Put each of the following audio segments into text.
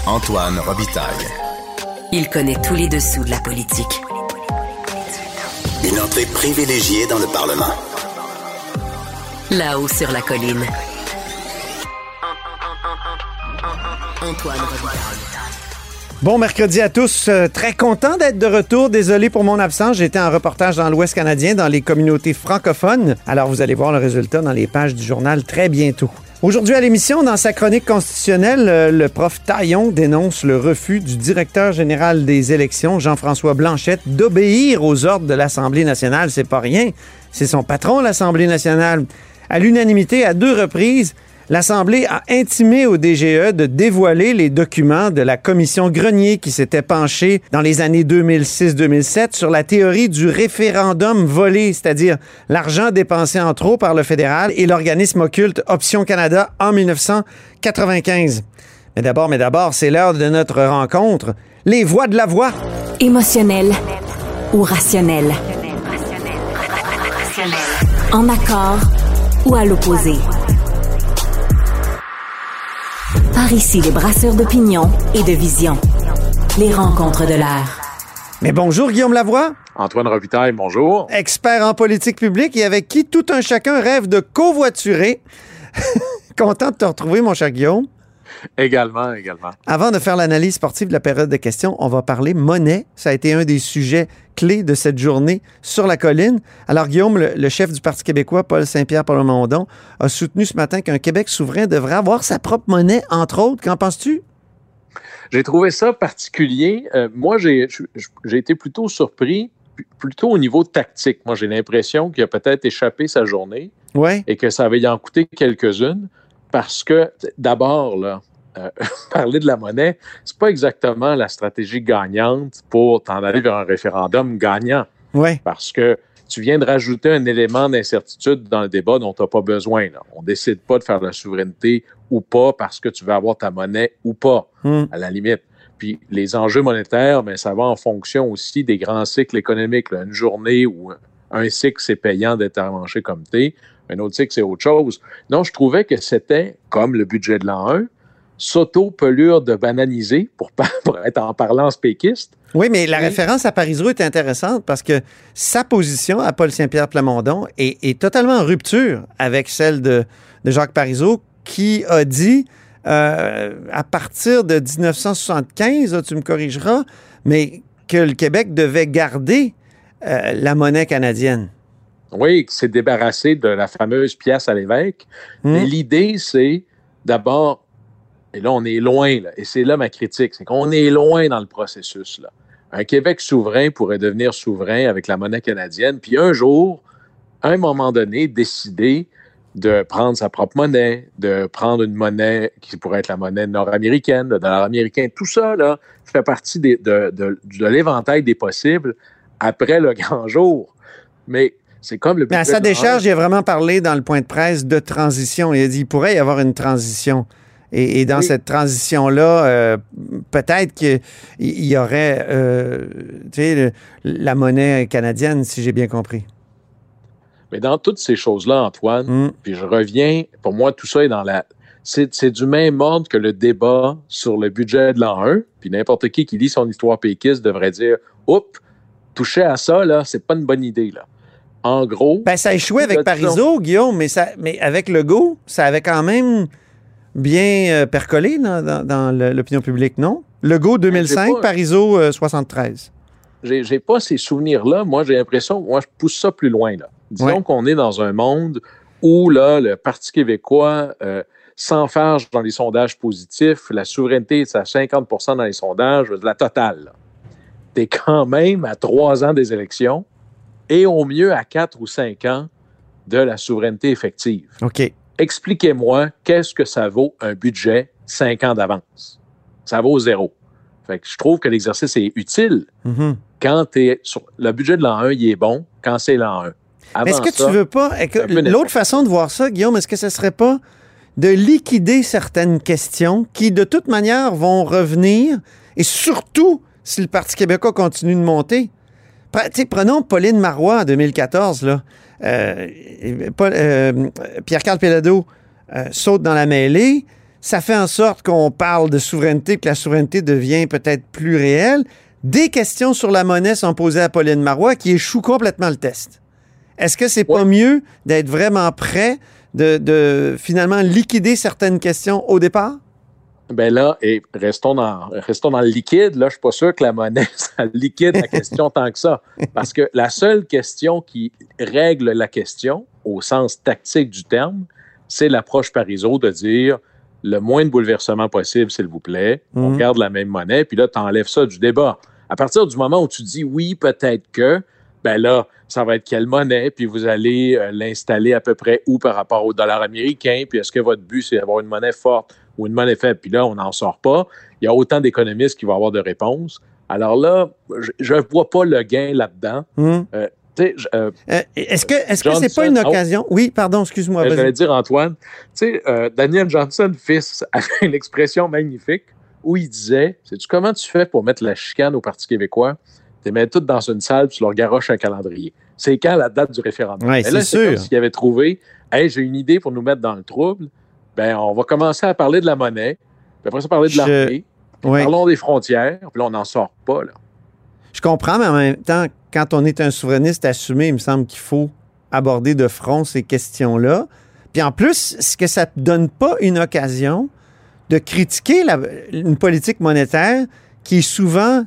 Antoine Robitaille. Il connaît tous les dessous de la politique. Une entrée privilégiée dans le Parlement. Là-haut sur la colline. Antoine Robitaille. Bon mercredi à tous. Très content d'être de retour. Désolé pour mon absence. J'étais en reportage dans l'Ouest canadien, dans les communautés francophones. Alors, vous allez voir le résultat dans les pages du journal très bientôt. Aujourd'hui à l'émission, dans sa chronique constitutionnelle, le prof Taillon dénonce le refus du directeur général des élections, Jean-François Blanchette, d'obéir aux ordres de l'Assemblée nationale. C'est pas rien. C'est son patron, l'Assemblée nationale. À l'unanimité, à 2 reprises, l'Assemblée a intimé au DGE de dévoiler les documents de la commission Grenier qui s'était penchée dans les années 2006-2007 sur la théorie du référendum volé, c'est-à-dire l'argent dépensé en trop par le fédéral et l'organisme occulte Option Canada en 1995. Mais d'abord, c'est l'heure de notre rencontre. Les voix de la voix. Émotionnel ou rationnel. En accord ou à l'opposé. Par ici, les brasseurs d'opinion et de vision. Les rencontres de l'air. Mais bonjour, Guillaume Lavoie. Antoine Robitaille, bonjour. Expert en politique publique et avec qui tout un chacun rêve de covoiturer. Content de te retrouver, mon cher Guillaume. Également. Avant de faire l'analyse sportive de la période de questions, on va parler monnaie. Ça a été un des sujets clés de cette journée sur la colline. Alors, Guillaume, le chef du Parti québécois, Paul Saint-Pierre Plamondon, a soutenu ce matin qu'un Québec souverain devrait avoir sa propre monnaie, entre autres. Qu'en penses-tu? J'ai trouvé ça particulier. Moi, j'ai été plutôt surpris, plutôt au niveau tactique. Moi, j'ai l'impression qu'il a peut-être échappé sa journée et que ça avait y en coûté quelques-unes. Parce que, d'abord, là, parler de la monnaie, c'est pas exactement la stratégie gagnante pour t'en aller vers un référendum gagnant. Oui. Parce que tu viens de rajouter un élément d'incertitude dans le débat dont tu n'as pas besoin. Là. On décide pas de faire de la souveraineté ou pas parce que tu veux avoir ta monnaie ou pas, à la limite. Puis les enjeux monétaires, bien, ça va en fonction aussi des grands cycles économiques. Là. Une journée ou un cycle, c'est payant d'être arrangé comme t'es. Un autre cycle, c'est autre chose. Non, je trouvais que c'était, comme le budget de l'an 1, s'auto-pelure de bananiser, pour être en parlance péquiste. Oui, mais la référence à Parizeau est intéressante parce que sa position à Paul Saint-Pierre Plamondon est totalement en rupture avec celle de Jacques Parizeau, qui a dit, à partir de 1975, là, tu me corrigeras, mais que le Québec devait garder la monnaie canadienne. Oui, qui s'est débarrassé de la fameuse pièce à l'évêque. Mais l'idée, c'est d'abord, et là, on est loin, là, et c'est là ma critique, c'est qu'on est loin dans le processus. Là. Un Québec souverain pourrait devenir souverain avec la monnaie canadienne, puis un jour, à un moment donné, décider de prendre sa propre monnaie, de prendre une monnaie qui pourrait être la monnaie nord-américaine, le dollar américain. Tout ça, là, fait partie de l'éventail des possibles après le grand jour. Mais c'est comme le... Mais à sa décharge, il a vraiment parlé dans le point de presse de transition. Il a dit qu'il pourrait y avoir une transition. Et dans cette transition-là, peut-être qu'il y aurait la monnaie canadienne, si j'ai bien compris. Mais dans toutes ces choses-là, Antoine, puis je reviens, pour moi, tout ça est dans la... C'est du même ordre que le débat sur le budget de l'an 1, puis n'importe qui lit son histoire péquiste devrait dire « Oups, toucher à ça, là, c'est pas une bonne idée, là. » En gros... Ben, ça a échoué avec Parizeau, Guillaume, mais avec Legault, ça avait quand même bien percolé dans l'opinion publique, non? Legault 2005, Parizeau 73. J'ai pas ces souvenirs-là. Moi, j'ai l'impression, je pousse ça plus loin, là. Disons qu'on est dans un monde où, là, le Parti québécois s'enfarge dans les sondages positifs, la souveraineté est à 50 % dans les sondages, la totale, là. T'es quand même à 3 ans des élections et au mieux à 4 ou 5 ans de la souveraineté effective. OK. Expliquez-moi, qu'est-ce que ça vaut un budget 5 ans d'avance? Ça vaut 0. Fait que je trouve que l'exercice est utile quand t'es sur... Le budget de l'an 1, il est bon quand c'est l'an 1. Avant mais est-ce que tu veux pas... L'autre façon de voir ça, Guillaume, est-ce que ce serait pas de liquider certaines questions qui, de toute manière, vont revenir et surtout si le Parti québécois continue de monter? Prenons Pauline Marois en 2014, là. Pierre-Carl Péladeau saute dans la mêlée. ça fait en sorte qu'on parle de souveraineté, que la souveraineté devient peut-être plus réelle. Des questions sur la monnaie sont posées à Pauline Marois qui échoue complètement le test. Est-ce que c'est pas mieux d'être vraiment prêt de finalement liquider certaines questions au départ? Ben là, et restons dans le liquide. Là, je suis pas sûr que la monnaie, ça liquide la question tant que ça. Parce que la seule question qui règle la question, au sens tactique du terme, c'est l'approche Parizeau de dire le moins de bouleversement possible, s'il vous plaît. On garde la même monnaie, puis là, tu enlèves ça du débat. À partir du moment où tu dis oui, peut-être que, ben là, ça va être quelle monnaie, puis vous allez l'installer à peu près où par rapport au dollar américain, puis est-ce que votre but, c'est d'avoir une monnaie forte ou une monnaie faible, puis là, on n'en sort pas. Il y a autant d'économistes qui vont avoir de réponses. Alors là, je ne vois pas le gain là-dedans. Est-ce que c'est pas une occasion? Oui, pardon, excuse-moi. J'allais dire, Antoine, Daniel Johnson, fils, avait une expression magnifique où il disait, sais-tu comment tu fais pour mettre la chicane au Parti québécois? Tu les mets toutes dans une salle, puis tu leur garoches un calendrier. C'est quand la date du référendum? Oui, c'est sûr. Comme s'il avait trouvé, hey, j'ai une idée pour nous mettre dans le trouble. Ben, on va commencer à parler de la monnaie, puis après ça, parler de l'armée. Parlons des frontières, puis là, on n'en sort pas. Là. Je comprends, mais en même temps, quand on est un souverainiste assumé, il me semble qu'il faut aborder de front ces questions-là. Puis en plus, est-ce que ça ne donne pas une occasion de critiquer une politique monétaire qui est souvent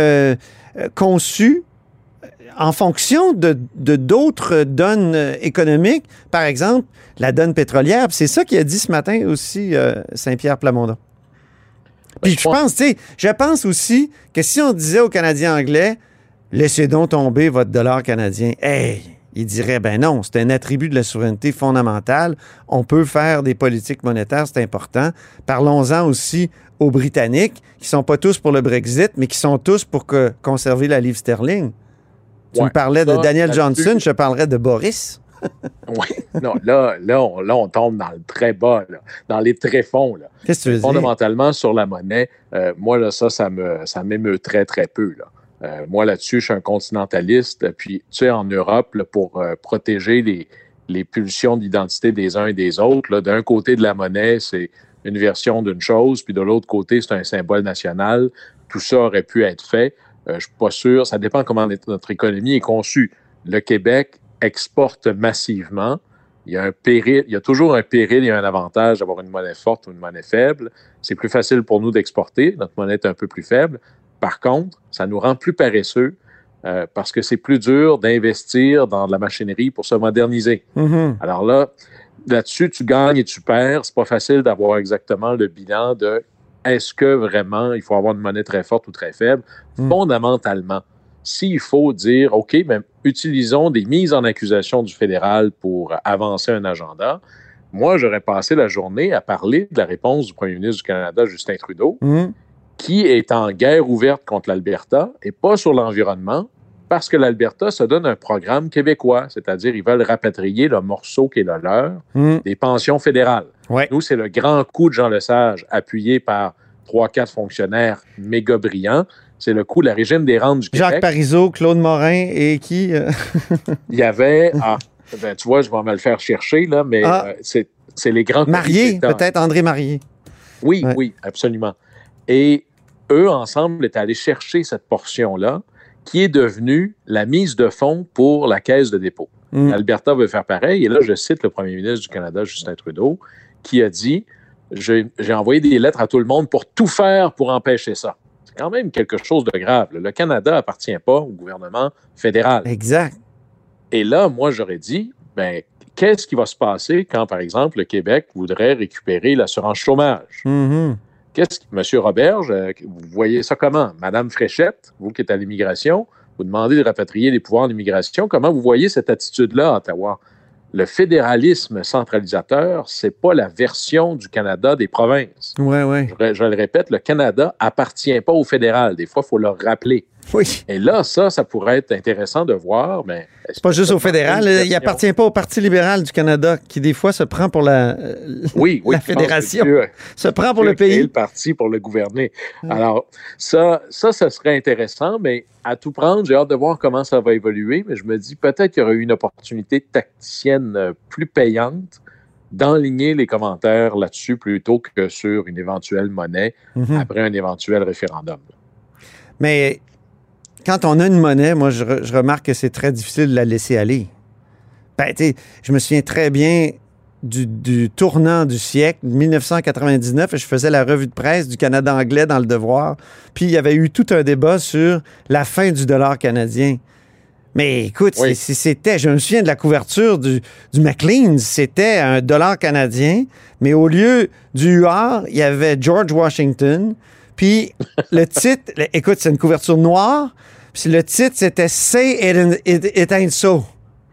conçue en fonction de d'autres donnes économiques, par exemple, la donne pétrolière. Puis c'est ça qu'il a dit ce matin aussi, Saint-Pierre Plamondon. Puis je pense aussi que si on disait aux Canadiens anglais, laissez donc tomber votre dollar canadien, ils diraient, ben non, c'est un attribut de la souveraineté fondamentale. On peut faire des politiques monétaires, c'est important. Parlons-en aussi aux Britanniques, qui ne sont pas tous pour le Brexit, mais qui sont tous pour conserver la livre sterling. Tu me parlais de Daniel Johnson, je te parlerais de Boris. Oui, non, là, on tombe dans le très bas, là, dans les tréfonds. Là. Qu'est-ce que tu veux dire? Fondamentalement, sur la monnaie, moi, là, ça m'émeut très, très peu. Là. Moi, là-dessus, je suis un continentaliste. Puis, tu sais, en Europe, là, pour protéger les pulsions d'identité des uns et des autres, là, d'un côté de la monnaie, c'est une version d'une chose, puis de l'autre côté, c'est un symbole national. Tout ça aurait pu être fait. Je ne suis pas sûr. Ça dépend comment notre économie est conçue. Le Québec exporte massivement. Il y a un péril, il y a toujours un péril et un avantage d'avoir une monnaie forte ou une monnaie faible. C'est plus facile pour nous d'exporter. Notre monnaie est un peu plus faible. Par contre, ça nous rend plus paresseux parce que c'est plus dur d'investir dans de la machinerie pour se moderniser. Mm-hmm. Alors là-dessus, tu gagnes et tu perds. C'est pas facile d'avoir exactement le bilan de est-ce que vraiment il faut avoir une monnaie très forte ou très faible? Fondamentalement, s'il faut dire, OK, mais utilisons des mises en accusation du fédéral pour avancer un agenda, moi, j'aurais passé la journée à parler de la réponse du premier ministre du Canada, Justin Trudeau, qui est en guerre ouverte contre l'Alberta et pas sur l'environnement, parce que l'Alberta se donne un programme québécois, c'est-à-dire ils veulent rapatrier le morceau qui est le leur des pensions fédérales. Ouais. Nous, c'est le grand coup de Jean Lesage, appuyé par 3-4 fonctionnaires méga brillants. C'est le coup de la régime des rentes du Québec. Jacques Parizeau, Claude Morin et qui? Il y avait... tu vois, je vais me le faire chercher, là, mais c'est les grands... Marié, peut-être André Marié. Oui, oui, absolument. Et eux, ensemble, étaient allés chercher cette portion-là qui est devenue la mise de fonds pour la caisse de dépôt. L'Alberta veut faire pareil. Et là, je cite le premier ministre du Canada, Justin Trudeau, qui a dit « J'ai envoyé des lettres à tout le monde pour tout faire pour empêcher ça. » C'est quand même quelque chose de grave. Le Canada n'appartient pas au gouvernement fédéral. Exact. Et là, moi, j'aurais dit, qu'est-ce qui va se passer quand, par exemple, le Québec voudrait récupérer l'assurance chômage? Monsieur Roberge, vous voyez ça comment? Madame Fréchette, vous qui êtes à l'immigration, vous demandez de rapatrier les pouvoirs de l'immigration. Comment vous voyez cette attitude-là à Ottawa? Le fédéralisme centralisateur, c'est pas la version du Canada des provinces. Ouais. Je le répète, le Canada appartient pas au fédéral. Des fois, il faut le rappeler. Oui. Et là, ça pourrait être intéressant de voir. Mais c'est pas juste au fédéral. Il n'appartient pas au Parti libéral du Canada, qui des fois se prend pour la fédération. Se prend pour le pays. Le parti pour le gouverner. Alors, ça serait intéressant, mais à tout prendre, j'ai hâte de voir comment ça va évoluer. Mais je me dis peut-être qu'il y aurait eu une opportunité tacticienne plus payante d'enligner les commentaires là-dessus plutôt que sur une éventuelle monnaie après un éventuel référendum. Mais quand on a une monnaie, moi, je remarque que c'est très difficile de la laisser aller. Ben, je me souviens très bien du tournant du siècle, 1999, je faisais la revue de presse du Canada anglais dans Le Devoir, puis il y avait eu tout un débat sur la fin du dollar canadien. Mais écoute, c'était, je me souviens de la couverture du Maclean's, c'était un dollar canadien, mais au lieu du UR, il y avait George Washington, puis le titre, écoute, c'est une couverture noire, puis le titre, c'était « Say it ain't so ».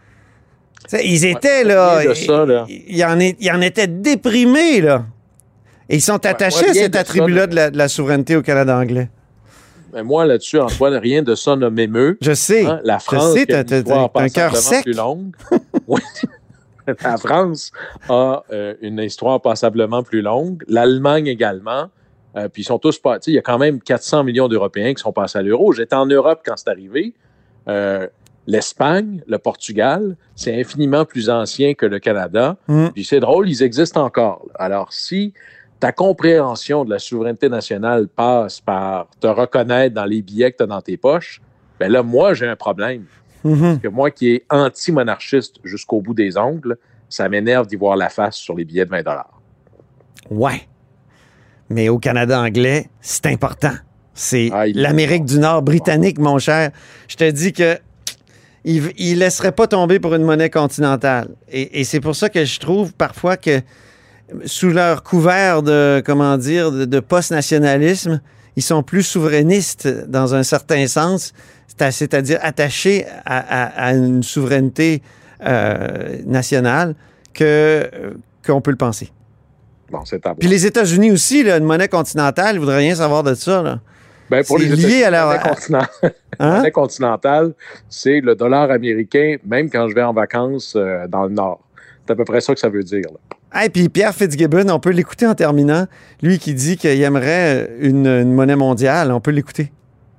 Ils étaient, là, ils en étaient déprimés, là. Et ils sont attachés à cet attribut-là de la souveraineté au Canada anglais. Mais moi, là-dessus, Antoine, rien de ça ne m'émeut. Je sais. Hein? La France, t'as un cœur sec. Plus longue. Oui. La France a une histoire passablement plus longue. L'Allemagne également. Puis ils sont tous partis. Il y a quand même 400 millions d'Européens qui sont passés à l'euro. J'étais en Europe quand c'est arrivé. L'Espagne, le Portugal, c'est infiniment plus ancien que le Canada. Puis c'est drôle, ils existent encore. Alors, si ta compréhension de la souveraineté nationale passe par te reconnaître dans les billets que tu as dans tes poches, bien là, moi, j'ai un problème. Parce que moi qui est anti-monarchiste jusqu'au bout des ongles, ça m'énerve d'y voir la face sur les billets de 20 $. Ouais. Mais au Canada anglais, c'est important. C'est l'Amérique du Nord britannique, mon cher. Je te dis que ils ne laisseraient pas tomber pour une monnaie continentale. Et c'est pour ça que je trouve parfois que sous leur couvert de post-nationalisme, ils sont plus souverainistes dans un certain sens, c'est-à-dire attachés à une souveraineté nationale qu'on peut le penser. Bon, c'est à voir. Puis les États-Unis aussi, là, une monnaie continentale, ils ne voudraient rien savoir de ça, là. Ben pour les lié à la monnaie continentale, c'est le dollar américain, même quand je vais en vacances dans le Nord. C'est à peu près ça que ça veut dire. Et puis Pierre Fitzgibbon, on peut l'écouter en terminant. Lui qui dit qu'il aimerait une monnaie mondiale, on peut l'écouter.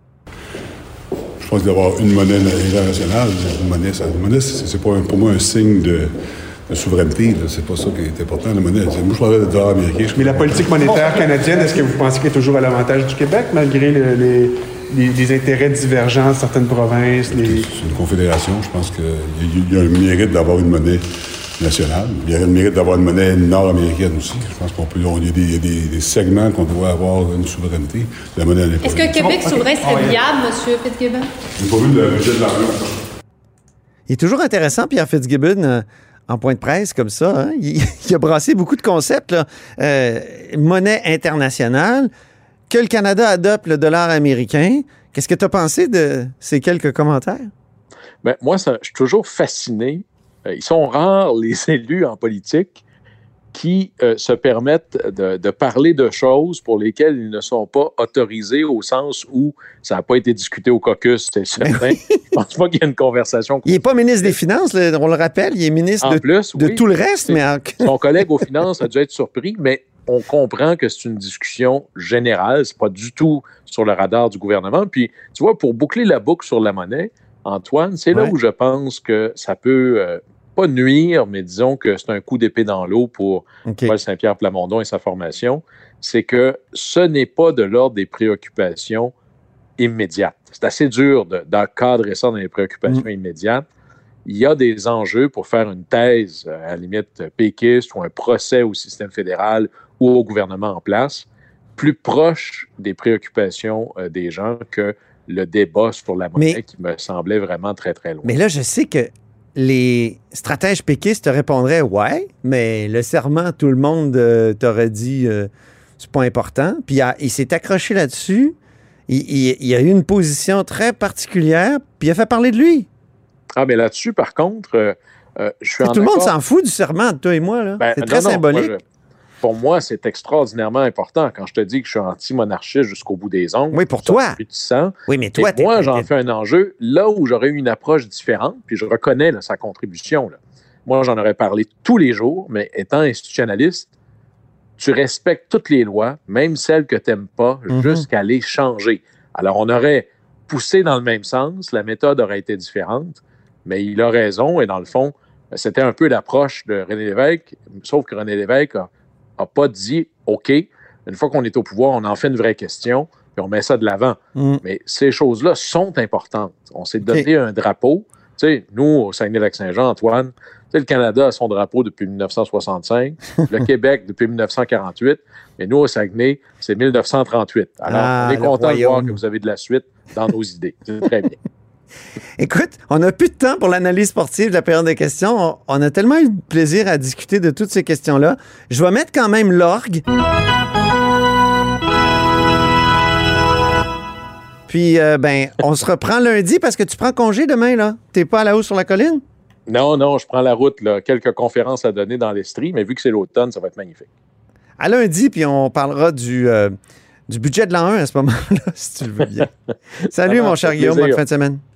Je pense d'avoir une monnaie internationale, une monnaie, c'est pas pour moi un signe de souveraineté, là. C'est pas ça qui est important, la monnaie. Moi, je parlais de dollar américain. Mais la politique monétaire canadienne, est-ce que vous pensez qu'elle est toujours à l'avantage du Québec, malgré les intérêts divergents de certaines provinces? C'est une confédération. Je pense qu'il y a un mérite d'avoir une monnaie nationale. Il y a le mérite d'avoir une monnaie nord-américaine aussi. Je pense il y a des segments qu'on doit avoir une souveraineté. La monnaie n'est pas. Est-ce qu'un Québec souverain serait viable, M. Fitzgibbon? Je n'ai pas vu le budget de l'argent. Il est toujours intéressant, Pierre Fitzgibbon, en point de presse comme ça. Hein? Il a brassé beaucoup de concepts. Là. Monnaie internationale, que le Canada adopte le dollar américain. Qu'est-ce que tu as pensé de ces quelques commentaires? Bien, moi, je suis toujours fasciné. Ils sont rares, les élus en politique, qui se permettent de parler de choses pour lesquelles ils ne sont pas autorisés au sens où ça n'a pas été discuté au caucus, c'est certain. Je pense pas qu'il y ait une conversation. Il n'est pas ministre des Finances, là, on le rappelle, il est ministre de tout le reste. Mais son collègue aux Finances a dû être surpris, mais on comprend que c'est une discussion générale, c'est pas du tout sur le radar du gouvernement. Puis, tu vois, pour boucler la boucle sur la monnaie, Antoine, c'est là où je pense que ça peut... pas nuire, mais disons que c'est un coup d'épée dans l'eau pour Paul Saint-Pierre Plamondon et sa formation, c'est que ce n'est pas de l'ordre des préoccupations immédiates. C'est assez dur d'encadrer ça dans les préoccupations immédiates. Il y a des enjeux pour faire une thèse, à la limite péquiste, ou un procès au système fédéral ou au gouvernement en place, plus proche des préoccupations des gens que le débat sur la monnaie qui me semblait vraiment très, très loin. Mais là, je sais que les stratèges péquistes te répondraient « Ouais, mais le serment, tout le monde t'aurait dit c'est pas important. » Puis il s'est accroché là-dessus. Il a eu une position très particulière, puis il a fait parler de lui. Ah, mais là-dessus, par contre, je suis en tout le monde s'en fout du serment, toi et moi. Là. C'est très symbolique. Pour moi, c'est extraordinairement important. Quand je te dis que je suis anti-monarchiste jusqu'au bout des ongles. Oui, pour toi. Oui, mais toi, moi, j'en fais un enjeu. Là où j'aurais eu une approche différente, puis je reconnais sa contribution. Là. Moi, j'en aurais parlé tous les jours, mais étant institutionnaliste, tu respectes toutes les lois, même celles que tu n'aimes pas, jusqu'à les changer. Alors, on aurait poussé dans le même sens, la méthode aurait été différente, mais il a raison, et dans le fond, c'était un peu l'approche de René Lévesque, sauf que René Lévesque n'a pas dit « OK, une fois qu'on est au pouvoir, on en fait une vraie question, puis on met ça de l'avant. Mais ces choses-là sont importantes. On s'est donné un drapeau. Tu sais, nous, au Saguenay-Lac-Saint-Jean, Antoine, tu sais, le Canada a son drapeau depuis 1965, le Québec depuis 1948, mais nous, au Saguenay, c'est 1938. Alors, on est content de voir que vous avez de la suite dans nos idées. C'est très bien. Écoute, on n'a plus de temps pour l'analyse sportive de la période de questions. On a tellement eu de plaisir à discuter de toutes ces questions-là. Je vais mettre quand même l'orgue. Puis, on se reprend lundi parce que tu prends congé demain, là. T'es pas à la haut sur la colline? Non, je prends la route, là. Quelques conférences à donner dans l'Estrie, mais vu que c'est l'automne, ça va être magnifique. À lundi, puis on parlera du budget de l'an 1 à ce moment-là, si tu le veux bien. Salut, mon cher Guillaume, bonne fin de semaine.